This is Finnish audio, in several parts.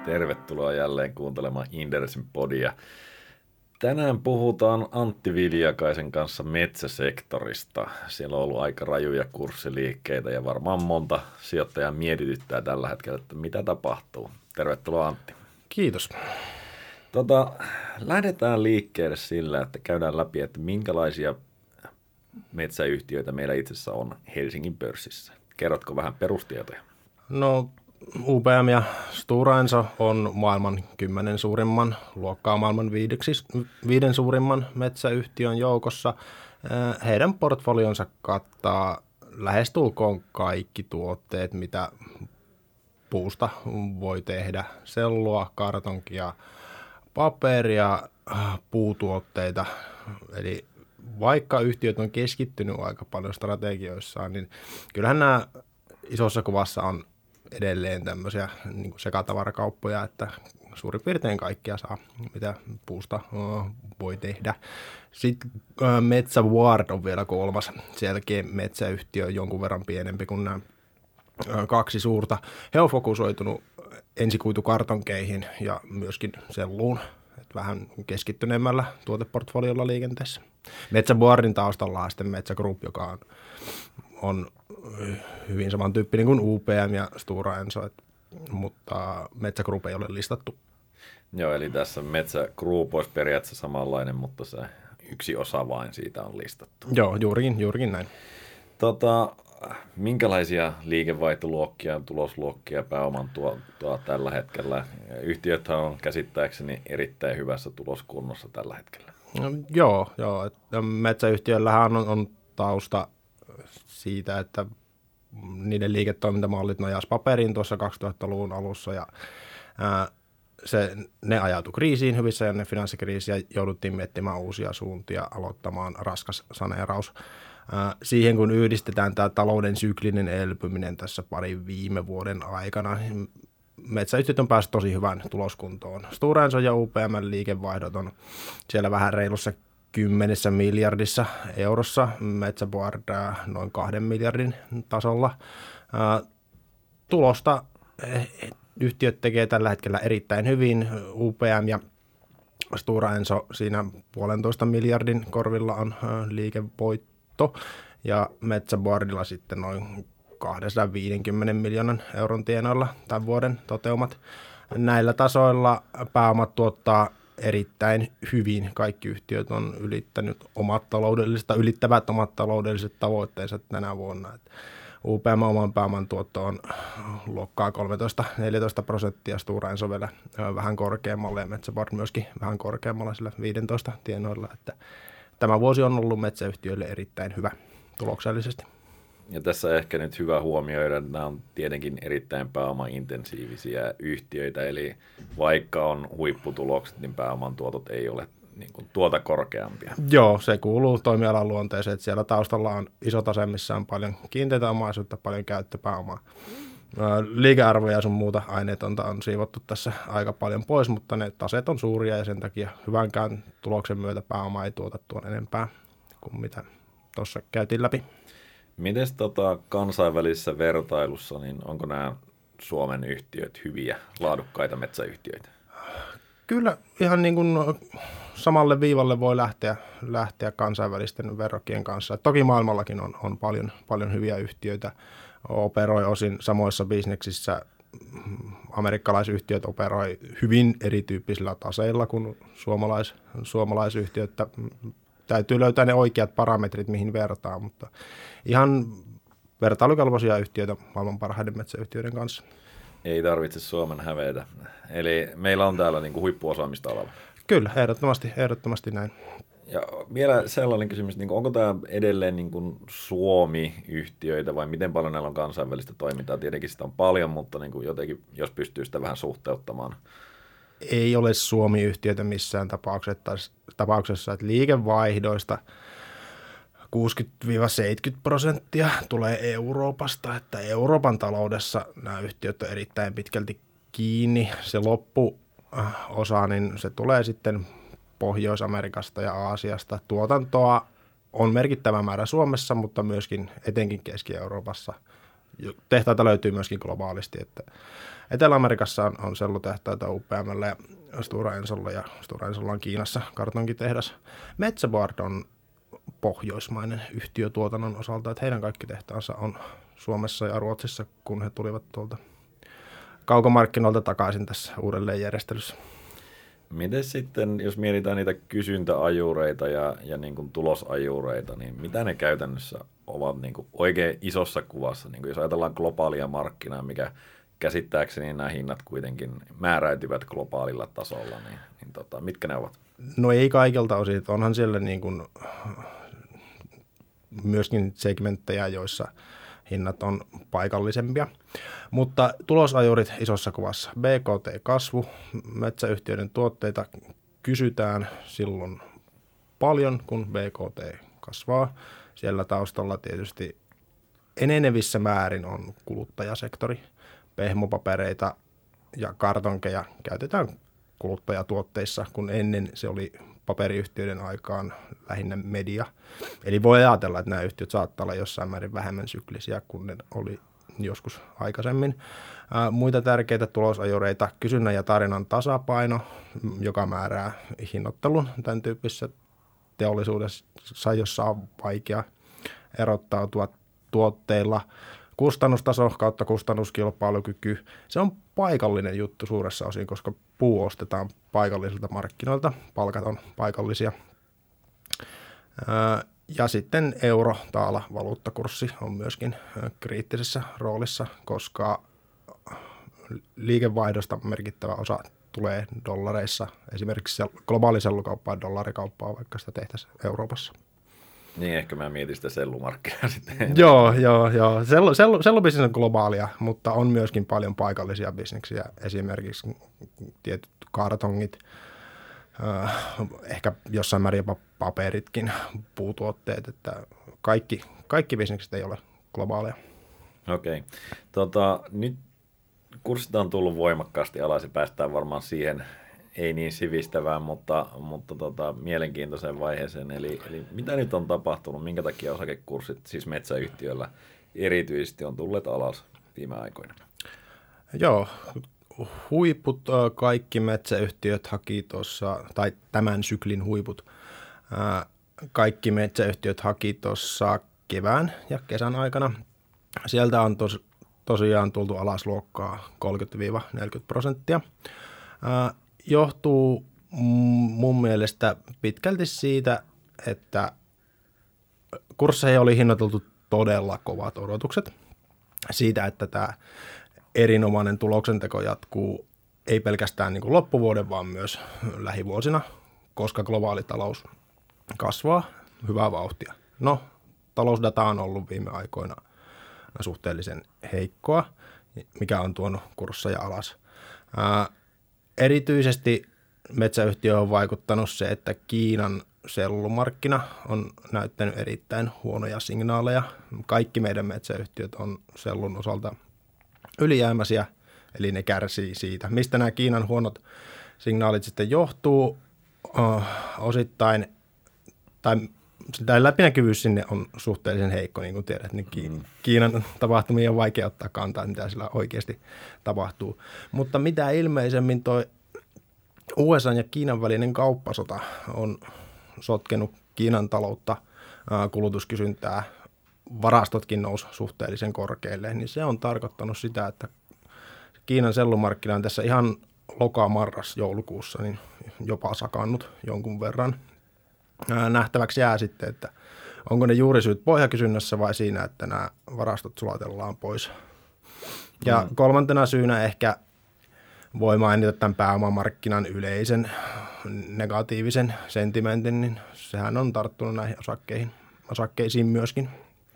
Tervetuloa jälleen kuuntelemaan Inderesin podia. Tänään puhutaan Antti Viljakaisen kanssa metsäsektorista. Siellä on ollut aika rajuja kurssiliikkeitä ja varmaan monta sijoittajaa mietityttää tällä hetkellä, että mitä tapahtuu. Tervetuloa Antti. Kiitos. Lähdetään liikkeelle sillä, että käydään läpi, että minkälaisia metsäyhtiöitä meillä itse asiassa on Helsingin pörssissä. Kerrotko vähän perustietoja? No UPM ja Stora Enso on maailman 10 suurimman, luokkaa maailman 5 suurimman metsäyhtiön joukossa. Heidän portfolionsa kattaa lähestulkoon kaikki tuotteet, mitä puusta voi tehdä. Sellua, kartonkia, paperia, puutuotteita. Eli vaikka yhtiöt on keskittynyt aika paljon strategioissaan, niin kyllähän nämä isossa kuvassa on edelleen tämmöisiä niin kuin sekatavarakauppoja, että suurin piirtein kaikkia saa, mitä puusta voi tehdä. Sitten Metsä Board on vielä kolmas. Sielläkin metsäyhtiö on jonkun verran pienempi kuin nämä kaksi suurta. He on fokusoitunut ensikuitukartonkeihin ja myöskin selluun, että vähän keskittyneemmällä tuoteportfoliolla liikenteessä. Metsä Boardin taustalla on sitten Metsä Group, joka on hyvin samantyyppinen kuin UPM ja Stora Enso, mutta Metsä Group ei ole listattu. Joo, eli tässä Metsä Group olisi periaatteessa samanlainen, mutta se yksi osa vain siitä on listattu. Joo, juurikin näin. Minkälaisia tulosluokkia pääoman tuo tällä hetkellä? Yhtiöthän on käsittääkseni erittäin hyvässä tuloskunnossa tällä hetkellä. Joo. Metsäyhtiöllähän on tausta siitä, että niiden liiketoimintamallit nojasi paperiin tuossa 2000-luvun alussa ja ne ajautui kriisiin hyvissä ja ne finanssikriisiä jouduttiin miettimään uusia suuntia, aloittamaan raskas saneeraus. Siihen kun yhdistetään tämä talouden syklinen elpyminen tässä parin viime vuoden aikana, niin metsäyhtiöt on päässyt tosi hyvään tuloskuntoon. Stora Enso ja UPM liikevaihdot on siellä vähän reilussa 10 miljardissa eurossa, Metsä Board noin 2 miljardin tasolla. Tulosta yhtiöt tekee tällä hetkellä erittäin hyvin. UPM ja Stora Enso siinä 1,5 miljardin korvilla on liikevoitto ja Metsä Boardilla sitten noin 250 miljoonan euron tienoilla tämän vuoden toteumat. Näillä tasoilla pääomat tuottaa erittäin hyvin. Kaikki yhtiöt on ylittävät omat taloudelliset tavoitteensa tänä vuonna. UPM oman pääoman tuotto on luokkaa 13-14%, Stora Enso vielä vähän korkeammalla ja Metsä Board myöskin vähän korkeammalla sillä 15 tienoilla. Että tämä vuosi on ollut metsäyhtiöille erittäin hyvä tuloksellisesti. Ja tässä ehkä nyt hyvä huomioida, että nämä on tietenkin erittäin pääomaintensiivisiä yhtiöitä, eli vaikka on huipputulokset, niin pääoman tuotot ei ole niin kuin tuota korkeampia. Joo, se kuuluu toimialan luonteeseen, että siellä taustalla on iso tase, missä on paljon kiinteitä omaisuutta, paljon käyttöpääomaa. Liikearvoja ja sun muuta aineetonta on siivottu tässä aika paljon pois, mutta ne taseet on suuria ja sen takia hyvänkään tuloksen myötä pääoma ei tuota tuon enempää kuin mitä tuossa käytiin läpi. Mites kansainvälisessä vertailussa, niin onko nämä Suomen yhtiöt hyviä, laadukkaita metsäyhtiöitä? Kyllä ihan niin kuin samalle viivalle voi lähteä kansainvälisten verrokkien kanssa. Toki maailmallakin on paljon hyviä yhtiöitä, operoi osin samoissa bisneksissä. Amerikkalaisyhtiöt operoi hyvin erityyppisillä taseilla kuin suomalaisyhtiöt. Täytyy löytää ne oikeat parametrit, mihin vertaa, mutta ihan vertailukelpoisia yhtiöitä maailman parhaiden metsäyhtiöiden kanssa. Ei tarvitse Suomen hävetä. Eli meillä on täällä niin kuin huippuosaamista alalla. Kyllä, ehdottomasti näin. Ja vielä sellainen kysymys, niin kuin, onko tämä edelleen niin kuin Suomi-yhtiöitä vai miten paljon näillä on kansainvälistä toimintaa? Tietenkin sitä on paljon, mutta niin kuin jotenkin, jos pystyy sitä vähän suhteuttamaan. Ei ole Suomi-yhtiöitä missään tapauksessa, että liikevaihdoista 60-70% tulee Euroopasta, että Euroopan taloudessa nämä yhtiöt on erittäin pitkälti kiinni. Se loppuosa, niin se tulee sitten Pohjois-Amerikasta ja Aasiasta. Tuotantoa on merkittävä määrä Suomessa, mutta myöskin etenkin Keski-Euroopassa tehtaita löytyy myöskin globaalisti, että Etelä-Amerikassa on sellutehtaita UPM:llä ja Stora Ensolla, ja Stora Ensolla on Kiinassa kartonkitehdas. Metsä Board on pohjoismainen yhtiö tuotannon osalta, että heidän kaikki tehtaansa on Suomessa ja Ruotsissa, kun he tulivat tuolta kaukomarkkinoilta takaisin tässä uudelleenjärjestelyssä. Miten sitten, jos mietitään niitä kysyntäajureita ja niin kuin tulosajureita, niin mitä ne käytännössä ovat niin kuin oikein isossa kuvassa? Niin kuin jos ajatellaan globaalia markkinaa, mikä käsittääkseni nämä hinnat kuitenkin määräytyvät globaalilla tasolla, niin mitkä ne ovat? No ei kaikilta osin. Onhan siellä niin kuin myöskin segmenttejä, joissa hinnat on paikallisempia. Mutta tulosajurit isossa kuvassa. BKT-kasvu, metsäyhtiöiden tuotteita kysytään silloin paljon, kun BKT kasvaa. Siellä taustalla tietysti enenevissä määrin on kuluttajasektori. Pehmopapereita ja kartonkeja käytetään kuluttajatuotteissa, kun ennen se oli paperiyhtiöiden aikaan lähinnä media. Eli voi ajatella, että nämä yhtiöt saattaa olla jossain määrin vähemmän syklisiä kuin ne oli joskus aikaisemmin. Muita tärkeitä tulosajureita, kysynnän ja tarjonnan tasapaino, joka määrää hinnoittelun tämän tyyppisessä teollisuudessa, jossa on vaikea erottautua tuotteilla. Kustannustaso kautta kustannuskilpailukyky, se on paikallinen juttu suuressa osin, koska puu ostetaan paikallisilta markkinoilta, palkat on paikallisia. Ja sitten euro, taala, valuuttakurssi on myöskin kriittisessä roolissa, koska liikevaihdosta merkittävä osa tulee dollareissa. Esimerkiksi globaali sellukauppa on dollarikauppaa, vaikka sitä tehtäisiin Euroopassa. Niin, ehkä mä mietin sitä sellumarkkinaa sitten. Joo. Sellubisnes on globaalia, mutta on myöskin paljon paikallisia bisneksiä, esimerkiksi tietyt kartongit, ehkä jossain määrin jopa paperitkin, puutuotteet, että kaikki bisnekset ei ole globaaleja. Okei. Nyt kurssit on tullut voimakkaasti alas ja päästään varmaan siihen ei niin sivistävään, mutta mielenkiintoiseen vaiheeseen. Eli mitä nyt on tapahtunut, minkä takia osakekurssit, siis metsäyhtiöllä erityisesti on tulleet alas viime aikoina? Joo, huiput kaikki metsäyhtiöt haki tuossa, tai tämän syklin huiput, kaikki metsäyhtiöt haki tuossa kevään ja kesän aikana. Sieltä on tosiaan tultu alas luokkaa 30-40%. Johtuu mun mielestä pitkälti siitä, että kursseihin oli hinnoiteltu todella kovat odotukset siitä, että tämä erinomainen tuloksenteko jatkuu ei pelkästään niin kuin loppuvuoden, vaan myös lähivuosina, koska globaali talous kasvaa hyvää vauhtia. No, talousdata on ollut viime aikoina suhteellisen heikkoa, mikä on tuonut kursseja alas. Erityisesti metsäyhtiö on vaikuttanut se, että Kiinan sellumarkkina on näyttänyt erittäin huonoja signaaleja. Kaikki meidän metsäyhtiöt on sellun osalta ylijäämäisiä, eli ne kärsii siitä. Mistä nämä Kiinan huonot signaalit sitten johtuu osittain, tai läpinäkyvyys sinne on suhteellisen heikko, niin kuin tiedät, niin Kiinan tapahtumia on vaikea ottaa kantaa, mitä sillä oikeasti tapahtuu. Mutta mitä ilmeisemmin toi USA ja Kiinan välinen kauppasota on sotkenut Kiinan taloutta, kulutuskysyntää, varastotkin nousi suhteellisen korkealle, niin se on tarkoittanut sitä, että Kiinan sellumarkkina on tässä ihan loka-marras-joulukuussa niin jopa sakannut jonkun verran. Nähtäväksi jää sitten, että onko ne juurisyyt pohjakysynnässä vai siinä, että nämä varastot sulatellaan pois. Ja kolmantena syynä ehkä voi mainita tämän pääomamarkkinan yleisen negatiivisen sentimentin, niin sehän on tarttunut näihin osakkeisiin myöskin.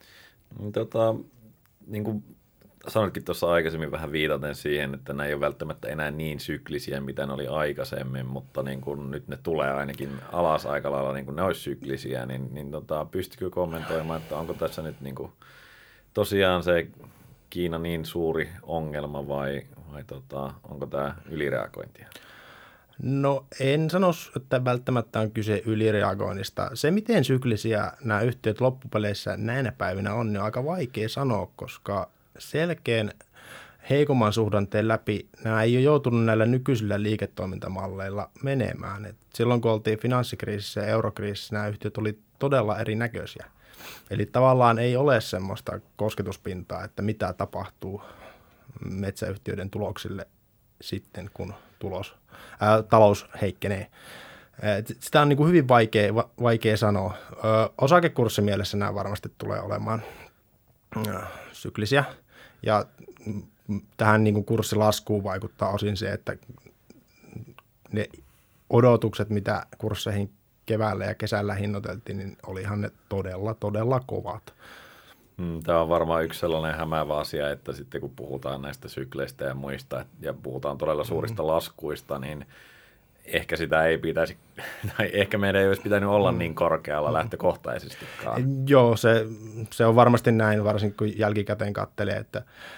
Niin kuin sanoitkin tuossa aikaisemmin vähän viitaten siihen, että nämä ei ole välttämättä enää niin syklisiä, mitä ne oli aikaisemmin, mutta niin kuin nyt ne tulee ainakin alas aika lailla, niin kuin ne olisi syklisiä, niin pystykö kommentoimaan, että onko tässä nyt niin kuin tosiaan se Kiina niin suuri ongelma vai onko tämä ylireagointia? No en sano, että välttämättä on kyse ylireagoinnista. Se, miten syklisiä nämä yhtiöt loppupeleissä näinä päivinä on, niin on aika vaikea sanoa, koska selkeän heikomman suhdanteen läpi nämä ei ole joutunut näillä nykyisillä liiketoimintamalleilla menemään. Et silloin kun oltiin finanssikriisissä ja eurokriisissä, nämä yhtiöt oli todella erinäköisiä. Eli tavallaan ei ole semmoista kosketuspintaa, että mitä tapahtuu metsäyhtiöiden tuloksille sitten, kun talous heikkenee. Sitä on niin kuin hyvin vaikea sanoa. Osakekurssimielessä nämä varmasti tulee olemaan syklisiä, ja tähän niin kuin kurssilaskuun vaikuttaa osin se, että ne odotukset, mitä kursseihin keväällä ja kesällä hinnoiteltiin, niin olihan ne todella, todella kovat. Tämä on varmaan yksi sellainen hämäävä asia, että sitten kun puhutaan näistä sykleistä ja muista ja puhutaan todella suurista laskuista, niin ehkä sitä ei pitäisi, tai ehkä meidän ei olisi pitänyt olla niin korkealla lähtökohtaisestikaan. Joo, se on varmasti näin, varsinkin kun jälkikäteen katselee, että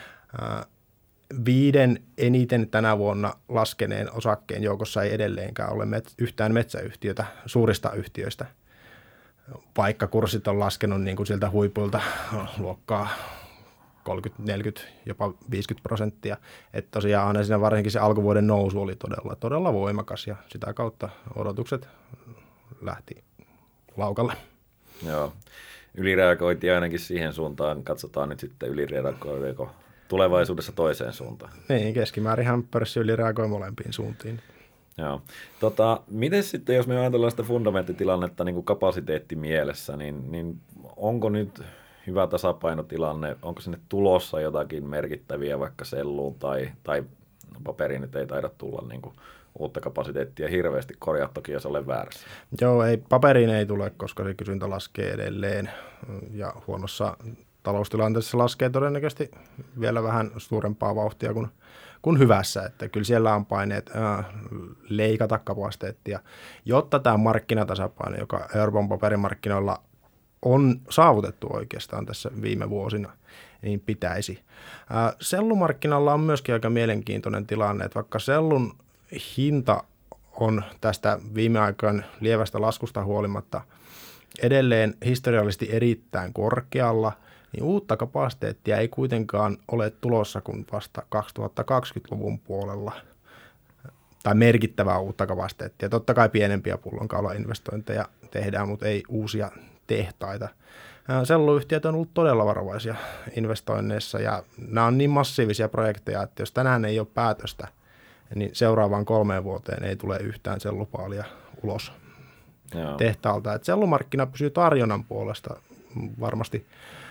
5 eniten tänä vuonna laskeneen osakkeen joukossa ei edelleenkään ole yhtään metsäyhtiötä suurista yhtiöistä, vaikka kurssit on laskenut niin kuin sieltä huipuilta luokkaa 30, 40, jopa 50%. Että tosiaan aina siinä varsinkin se alkuvuoden nousu oli todella, todella voimakas ja sitä kautta odotukset lähti laukalle. Joo, ylireagoitiin ainakin siihen suuntaan. Katsotaan nyt sitten ylireagoidaanko tulevaisuudessa toiseen suuntaan. Niin, keskimäärinhän pörssi ylireagoi molempiin suuntiin. Joo. Miten sitten, jos me ajatellaan sitä fundamenttitilannetta niin kuin kapasiteettimielessä, niin onko nyt hyvä tasapainotilanne, onko sinne tulossa jotakin merkittäviä vaikka selluun tai paperiin nyt ei taida tulla niin kuin uutta kapasiteettia hirveästi, korjaa toki jos olen väärässä. Joo, paperiin ei tule, koska se kysyntä laskee edelleen ja huonossa taloustilanteessa laskee todennäköisesti vielä vähän suurempaa vauhtia kuin hyvässä, että kyllä siellä on paineet leikata kapasiteettia, jotta tämä markkinatasapaino, joka Euroopan paperimarkkinoilla on saavutettu oikeastaan tässä viime vuosina, niin pitäisi. Sellumarkkinalla on myöskin aika mielenkiintoinen tilanne, että vaikka sellun hinta on tästä viime aikojen lievästä laskusta huolimatta edelleen historiallisesti erittäin korkealla, niin uutta kapasiteettia ei kuitenkaan ole tulossa kuin vasta 2020-luvun puolella, tai merkittävää uutta kapasiteettia. Totta kai pienempiä pullonkaula-investointeja tehdään, mutta ei uusia tehtaita. Selluyhtiöt on ollut todella varovaisia investoinneissa, ja nämä on niin massiivisia projekteja, että jos tänään ei ole päätöstä, niin seuraavaan 3 vuoteen ei tule yhtään sellupaalia ulos tehtaalta. Et sellumarkkina pysyy tarjonnan puolesta varmasti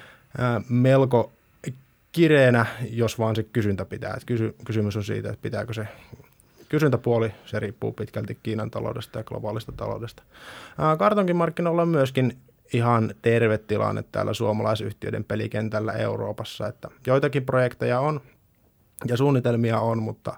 melko kireänä, jos vaan se kysyntä pitää. Kysymys on siitä, että pitääkö se kysyntäpuoli, se riippuu pitkälti Kiinan taloudesta ja globaalista taloudesta. Kartonkimarkkinoilla on myöskin ihan terve tilanne täällä suomalaisyhtiöiden pelikentällä Euroopassa, että joitakin projekteja on ja suunnitelmia on,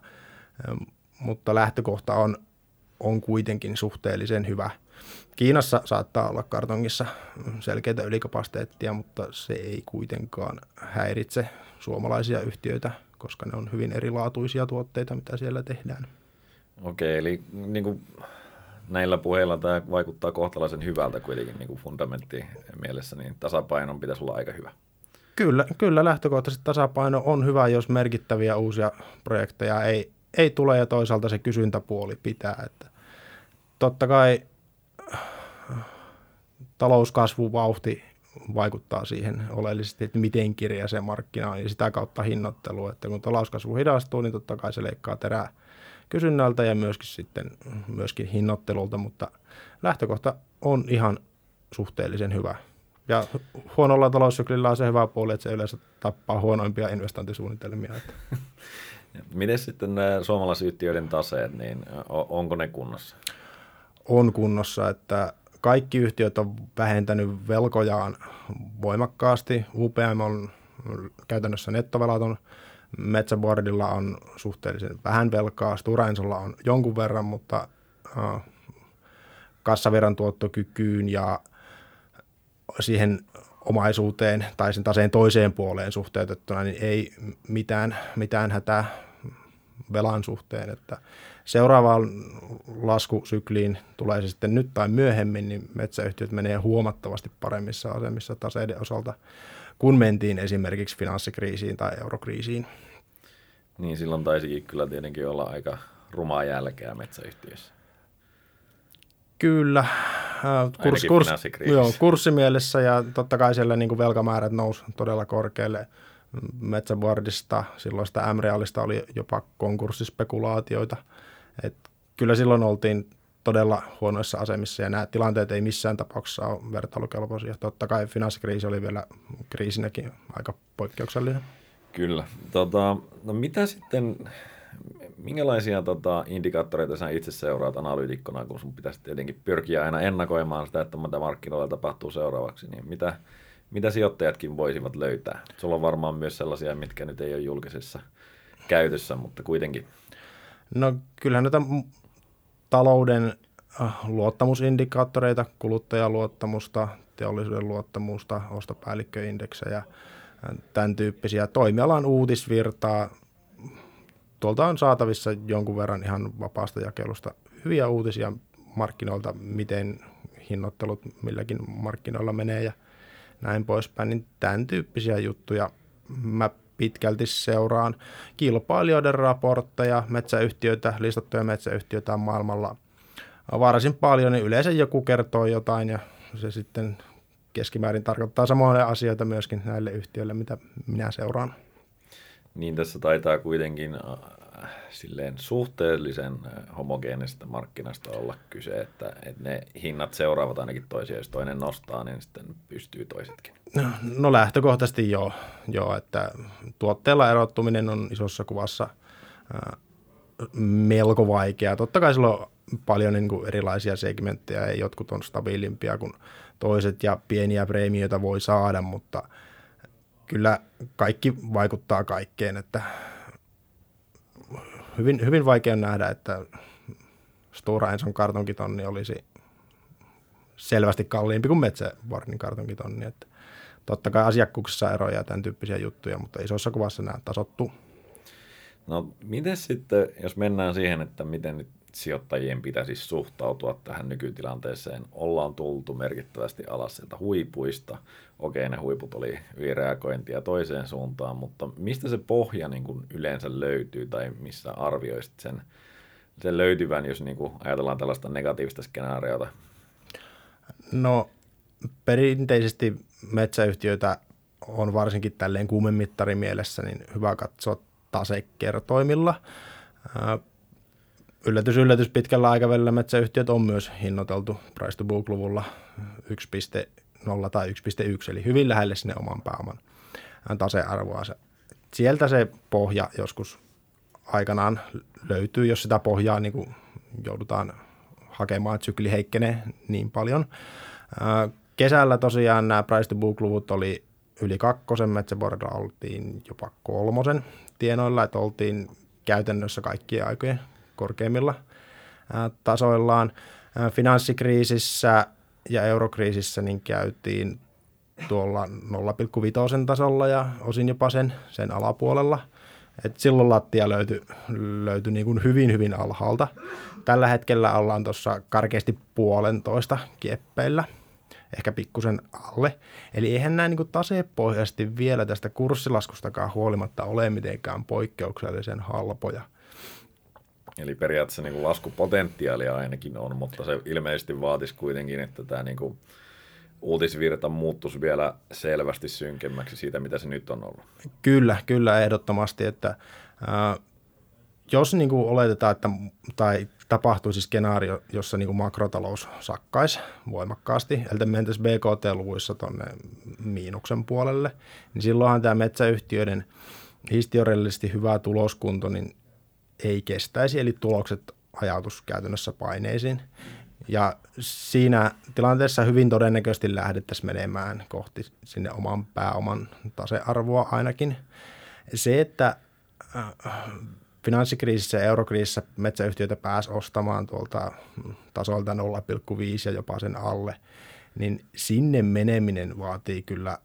mutta lähtökohta on kuitenkin suhteellisen hyvä. Kiinassa saattaa olla kartongissa selkeitä ylikapasiteettia, mutta se ei kuitenkaan häiritse suomalaisia yhtiöitä, koska ne on hyvin erilaatuisia tuotteita, mitä siellä tehdään. Okei, eli niin kuin näillä puheilla tämä vaikuttaa kohtalaisen hyvältä kuitenkin niin kuin fundamentti mielessä, niin tasapainon pitäisi olla aika hyvä. Kyllä lähtökohtaisesti tasapaino on hyvä, jos merkittäviä uusia projekteja ei tule ja toisaalta se kysyntäpuoli pitää. Että totta kai talouskasvuvauhti vaikuttaa siihen oleellisesti, että miten kirja se markkina on ja sitä kautta hinnoittelu. Että kun talouskasvu hidastuu, niin totta kai se leikkaa terää kysynnältä ja myöskin hinnoittelulta, mutta lähtökohta on ihan suhteellisen hyvä. Ja huonolla taloussyklillä on se hyvä puoli, että se yleensä tappaa huonoimpia investointisuunnitelmia. Miten sitten nämä suomalaisyhtiöiden taseet, niin onko ne kunnossa? On kunnossa, että kaikki yhtiöt on vähentänyt velkojaan voimakkaasti. UPM on käytännössä nettovelaton, Metsäboardilla on suhteellisen vähän velkaa, Stora Ensolla on jonkun verran, mutta kassavirran tuottokykyyn ja siihen omaisuuteen tai sen taseen toiseen puoleen suhteutettuna, niin ei mitään hätää velan suhteen. Että seuraavaan laskusykliin tulee se sitten nyt tai myöhemmin, niin metsäyhtiöt menee huomattavasti paremmissa asemissa taseiden osalta kun mentiin esimerkiksi finanssikriisiin tai eurokriisiin. Niin silloin taisikin kyllä tietenkin olla aika rumaa jälkeä metsäyhtiössä. Kyllä, kurssimielessä ja totta kai siellä niin kuin velkamäärät nousi todella korkealle. Metsäboardista, silloista M-Realista oli jopa konkurssispekulaatioita. Et kyllä silloin oltiin todella huonoissa asemissa ja nämä tilanteet ei missään tapauksessa ole vertailukelpoisia. Totta kai finanssikriisi oli vielä kriisinäkin aika poikkeuksellinen. Kyllä. No mitä sitten, minkälaisia indikaattoreita sä itse seuraat analyytikkona, kun sun pitäisi tietenkin pyrkiä aina ennakoimaan sitä, että mitä markkinoilla tapahtuu seuraavaksi, niin mitä sijoittajatkin voisivat löytää? Sulla on varmaan myös sellaisia, mitkä nyt ei ole julkisessa käytössä, mutta kuitenkin. No kyllähän näitä talouden luottamusindikaattoreita, kuluttajaluottamusta, teollisuuden luottamusta, ostopäällikköindeksejä, tämän tyyppisiä toimialan uutisvirtaa. Tuolta on saatavissa jonkun verran ihan vapaasta jakelusta hyviä uutisia markkinoilta, miten hinnoittelut milläkin markkinoilla menee ja näin poispäin, niin tämän tyyppisiä juttuja mä pitkälti seuraan. Kilpailijoiden raportteja, metsäyhtiöitä, listattuja metsäyhtiöitä on maailmalla varsin paljon, niin yleensä joku kertoo jotain ja se sitten keskimäärin tarkoittaa samoja asioita myöskin näille yhtiöille, mitä minä seuraan. Niin tässä taitaa kuitenkin silleen suhteellisen homogeenista markkinasta olla kyse, että ne hinnat seuraavat ainakin toisia, jos toinen nostaa, niin sitten pystyy toisetkin. No lähtökohtaisesti joo, että tuotteella erottuminen on isossa kuvassa melko vaikeaa. Totta kai sillä on paljon niin kuin erilaisia segmenttejä ja jotkut on stabiilimpia kuin toiset ja pieniä preemioita voi saada, mutta kyllä kaikki vaikuttaa kaikkeen, että hyvin vaikea nähdä, että Stora Enson kartonkitonni olisi selvästi kalliimpi kuin Metsäboardin kartonkitonni. Että totta kai asiakkuuksissa eroja ja tämän tyyppisiä juttuja, mutta isossa kuvassa nämä tasoittuu. No miten sitten, jos mennään siihen, että miten nyt sijoittajien pitäisi suhtautua tähän nykytilanteeseen. Ollaan tultu merkittävästi alas sieltä huipuista. Okei, ne huiput oli ylireagointia toiseen suuntaan, mutta mistä se pohja niin kuin yleensä löytyy tai missä arvioisit sen löytyvän, jos niin kuin ajatellaan tällaista negatiivista skenaariota? No perinteisesti metsäyhtiöitä on varsinkin tälleen kuumemittarin mielessä niin hyvä katsoa tasekertoimilla. Yllätys, pitkällä aikavälillä metsäyhtiöt on myös hinnoiteltu price to book-luvulla 1.0 tai 1.1, eli hyvin lähelle sinne oman pääoman tasearvoa. Sieltä se pohja joskus aikanaan löytyy, jos sitä pohjaa niin kuin joudutaan hakemaan, että sykli heikkenee niin paljon. Kesällä tosiaan nämä price to book-luvut oli yli 2, Metsäboardilla oltiin jopa 3 tienoilla, että oltiin käytännössä kaikkien aikojen korkeimmilla tasoillaan. Finanssikriisissä ja eurokriisissä niin käytiin tuolla 0,5 tasolla ja osin jopa sen alapuolella. Et silloin lattia löytyi niin kuin hyvin alhaalta. Tällä hetkellä ollaan tuossa karkeasti 1,5 kieppeillä, ehkä pikkusen alle. Eli eihän nämä niin kuin tasepohjaisesti vielä tästä kurssilaskustakaan huolimatta ole mitenkään poikkeuksellisen halpoja. Eli periaatteessa niin kuin laskupotentiaalia ainakin on, mutta se ilmeisesti vaatisi kuitenkin, että tämä niin kuin uutisvirta muuttuisi vielä selvästi synkemmäksi siitä, mitä se nyt on ollut. Kyllä ehdottomasti, että jos niin kuin oletetaan, että tai tapahtuisi skenaario, jossa niin kuin makrotalous sakkaisi voimakkaasti, eli mentäisiin BKT-luvuissa tuonne miinuksen puolelle, niin silloinhan tämä metsäyhtiöiden historiallisesti hyvä tuloskunto niin ei kestäisi, eli tulokset ajautuisi käytännössä paineisiin. Ja siinä tilanteessa hyvin todennäköisesti lähdettäisiin menemään kohti sinne oman pääoman tasearvoa ainakin. Se, että finanssikriisissä ja eurokriisissä metsäyhtiöitä pääsi ostamaan tuolta tasolta 0,5 ja jopa sen alle, niin sinne meneminen vaatii kyllä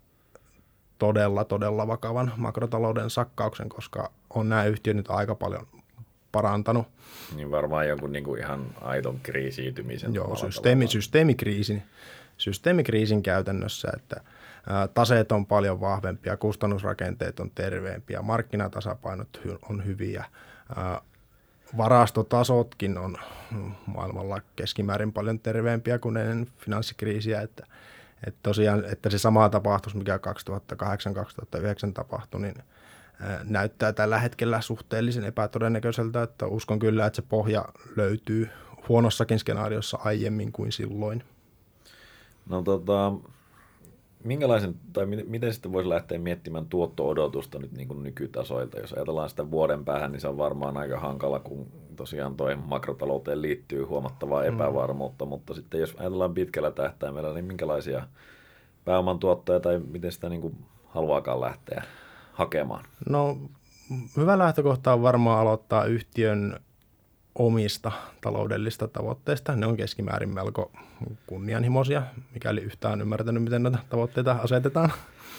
todella vakavan makrotalouden sakkauksen, koska on nämä yhtiöt nyt aika paljon parantanut. Niin varmaan jonkun niin kuin ihan aidon kriisiytymisen. Joo, systeemikriisin käytännössä, että Taseet on paljon vahvempia, kustannusrakenteet on terveempiä, markkinatasapainot on hyviä, varastotasotkin on maailmalla keskimäärin paljon terveempiä kuin ennen finanssikriisiä, että tosiaan, että se sama tapahtus, mikä 2008-2009 tapahtui, niin näyttää tällä hetkellä suhteellisen epätodennäköiseltä, että uskon kyllä, että se pohja löytyy huonossakin skenaariossa aiemmin kuin silloin. No minkälaisen, tai miten sitten voisi lähteä miettimään tuotto-odotusta nyt niin kuin nykytasoilta? Jos ajatellaan sitä vuoden päähän, niin se on varmaan aika hankala, kun tosiaan toi makrotalouteen liittyy huomattavaa epävarmuutta, mutta sitten jos ajatellaan pitkällä tähtäimellä, niin minkälaisia pääoman tuottoja tai miten sitä niin kuin haluaakaan lähteä hakemaan? No hyvä lähtökohta on varmaan aloittaa yhtiön omista taloudellista tavoitteista. Ne on keskimäärin melko kunnianhimoisia, mikäli yhtään ymmärtänyt, miten noita tavoitteita asetetaan.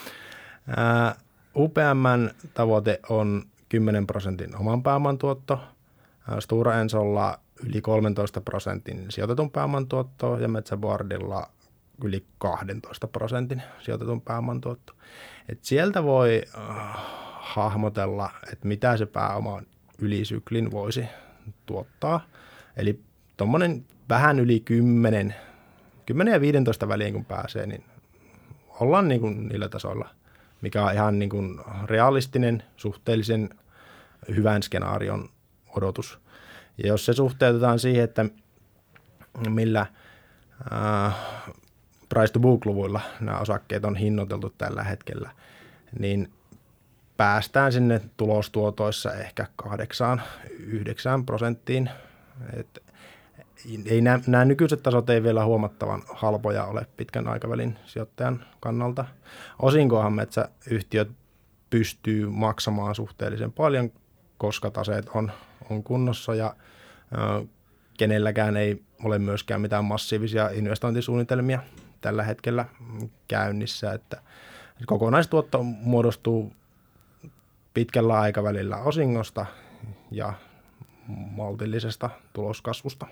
UPM:n tavoite on 10% oman pääoman tuotto, Stora Ensolla yli 13% sijoitetun pääoman tuotto ja Metsä Boardilla yli 12% sijoitetun pääoman tuotto. Et sieltä voi hahmotella, että mitä se pääoma ylisyklin voisi tuottaa. Eli tuommoinen vähän yli 10 ja 15 väliin kun pääsee, niin ollaan niin kuin niillä tasoilla, mikä on ihan niin kuin realistinen, suhteellisen hyvän skenaarion odotus. Ja jos se suhteutetaan siihen, että millä price to book-luvuilla nämä osakkeet on hinnoiteltu tällä hetkellä, niin päästään sinne tulostuotoissa ehkä 8-9%. Ei nämä nykyiset tasot ei vielä huomattavan halpoja ole pitkän aikavälin sijoittajan kannalta. Osinkoahan metsäyhtiöt pystyy maksamaan suhteellisen paljon, koska taseet on kunnossa ja kenelläkään ei ole myöskään mitään massiivisia investointisuunnitelmia tällä hetkellä käynnissä. Että kokonaistuotto muodostuu pitkällä aikavälillä osingosta ja maltillisesta tuloskasvusta.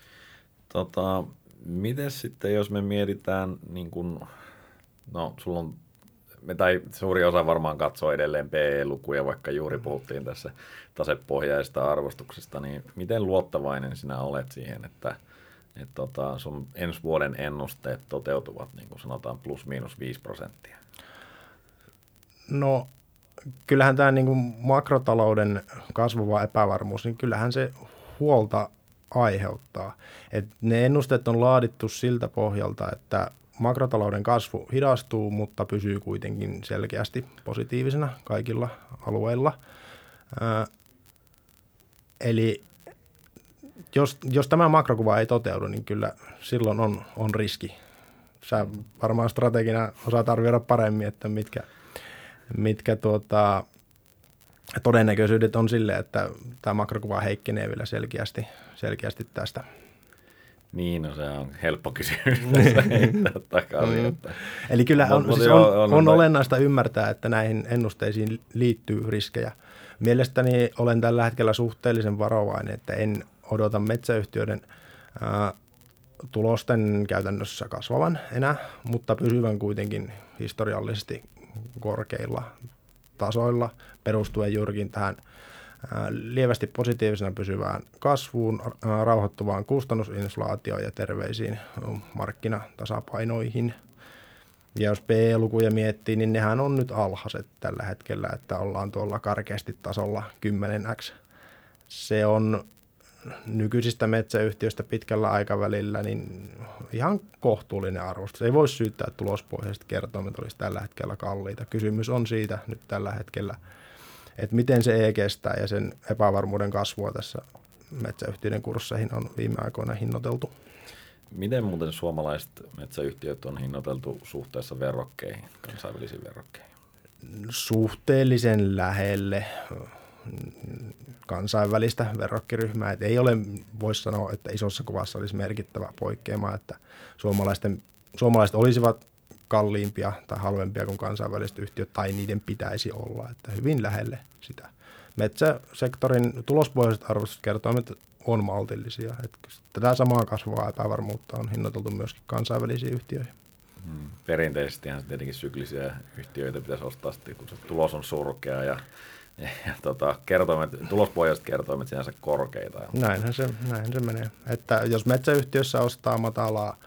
Miten sitten, jos me mietitään, niin kun, tai suuri osa varmaan katsoo edelleen PE-lukuja, vaikka juuri puhuttiin tässä tasepohjaisesta arvostuksesta, niin miten luottavainen sinä olet siihen, että sun ensi vuoden ennusteet toteutuvat, niin kuin sanotaan, +-5%? No, kyllähän tämä niin kuin makrotalouden kasvava epävarmuus, niin kyllähän se huolta aiheuttaa. Et ne ennusteet on laadittu siltä pohjalta, että makrotalouden kasvu hidastuu, mutta pysyy kuitenkin selkeästi positiivisena kaikilla alueilla. Eli jos tämä makrokuva ei toteudu, niin kyllä silloin on riski. Sä varmaan strategina osaat arvioida paremmin, että mitkä todennäköisyydet on sille, että tämä makrokuva heikkenee vielä selkeästi tästä. Niin, no se on helppo kysymys tässä heittää takaisin. Eli kyllä on olennaista ymmärtää, että näihin ennusteisiin liittyy riskejä. Mielestäni olen tällä hetkellä suhteellisen varovainen, että en odota metsäyhtiöiden tulosten käytännössä kasvavan enää, mutta pysyvän kuitenkin historiallisesti korkeilla tasoilla perustuen juurikin tähän lievästi positiivisena pysyvään kasvuun, rauhoittuvaan kustannusinflaatioon ja terveisiin markkinatasapainoihin. Ja jos PE-lukuja miettii, niin nehän on nyt alhaiset tällä hetkellä, että ollaan tuolla karkeasti tasolla 10x. Se on nykyisistä metsäyhtiöistä pitkällä aikavälillä niin ihan kohtuullinen arvostus. Ei voi syyttää tulospohjaisesti kertoimet olisi tällä hetkellä kalliita. Kysymys on siitä nyt tällä hetkellä, että miten se kestää ja sen epävarmuuden kasvua tässä metsäyhtiöiden kursseihin on viime aikoina hinnoiteltu. Miten muuten suomalaiset metsäyhtiöt on hinnoiteltu suhteessa verrokkeihin, kansainvälisiin verrokkeihin? Suhteellisen lähelle kansainvälistä verrokkiryhmää. Et ei ole, voisi sanoa, että isossa kuvassa olisi merkittävä poikkeama, että suomalaiset olisivat kalliimpia tai halvempia kuin kansainväliset yhtiöt, tai niiden pitäisi olla, että hyvin lähelle sitä. Metsäsektorin tulospohjaiset arvostuskertoimet on maltillisia. Että tätä samaa kasvavaa epävarmuutta on hinnoiteltu myöskin kansainvälisiin yhtiöihin. Perinteisesti tietenkin syklisiä yhtiöitä pitäisi ostaa sitten, kun se tulos on surkea ja tulospohjaiset kertoimet sinänsä korkeita. Näinhän se menee. Että jos metsäyhtiössä ostaa matalaa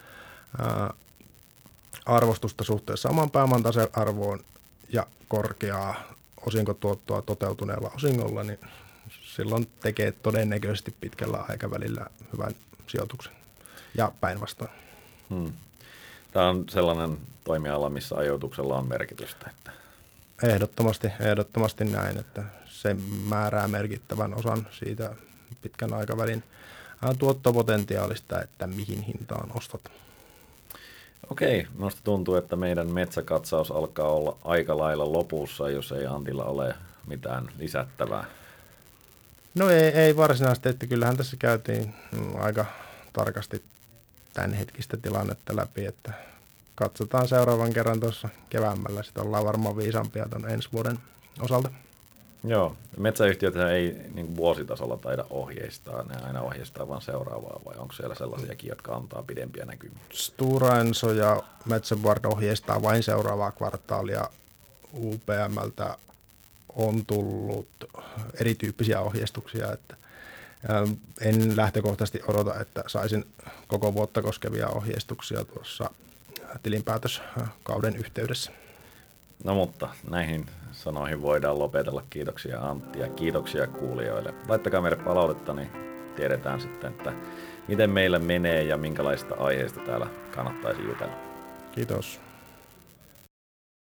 arvostusta suhteessa oman pääoman tasearvoon ja korkeaa osinkotuottoa toteutuneella osingolla, niin silloin tekee todennäköisesti pitkällä aikavälillä hyvän sijoituksen ja päinvastoin. Tämä on sellainen toimiala, missä ajoituksella on merkitystä. Että Ehdottomasti näin, että se määrää merkittävän osan siitä pitkän aikavälin tuottopotentiaalista, että mihin hintaan ostat. Okei, minusta tuntuu, että meidän metsäkatsaus alkaa olla aika lailla lopussa, jos ei Antilla ole mitään lisättävää. No ei varsinaisesti, että kyllähän tässä käytiin aika tarkasti tämänhetkistä tilannetta läpi, että katsotaan seuraavan kerran tuossa keväämällä, sitten ollaan varmaan viisaampia tuon ensi vuoden osalta. Joo, metsäyhtiöt ei niin vuositasolla taida ohjeistaa, ne aina ohjeistaa vaan seuraavaa, vai onko siellä sellaisiakin, jotka antaa pidempiä näkymiä? Stora Enso ja Metsänvarta ohjeistaa vain seuraavaa kvartaalia. UPM:ltä on tullut erityyppisiä ohjeistuksia, että en lähtökohtaisesti odota, että saisin koko vuotta koskevia ohjeistuksia tuossa tilinpäätöskauden yhteydessä. No mutta näihin sanoihin voidaan lopetella. Kiitoksia Antti ja kiitoksia kuulijoille. Laittakaa meille palautetta, niin tiedetään sitten, että miten meillä menee ja minkälaista aiheista täällä kannattaisi jutella. Kiitos.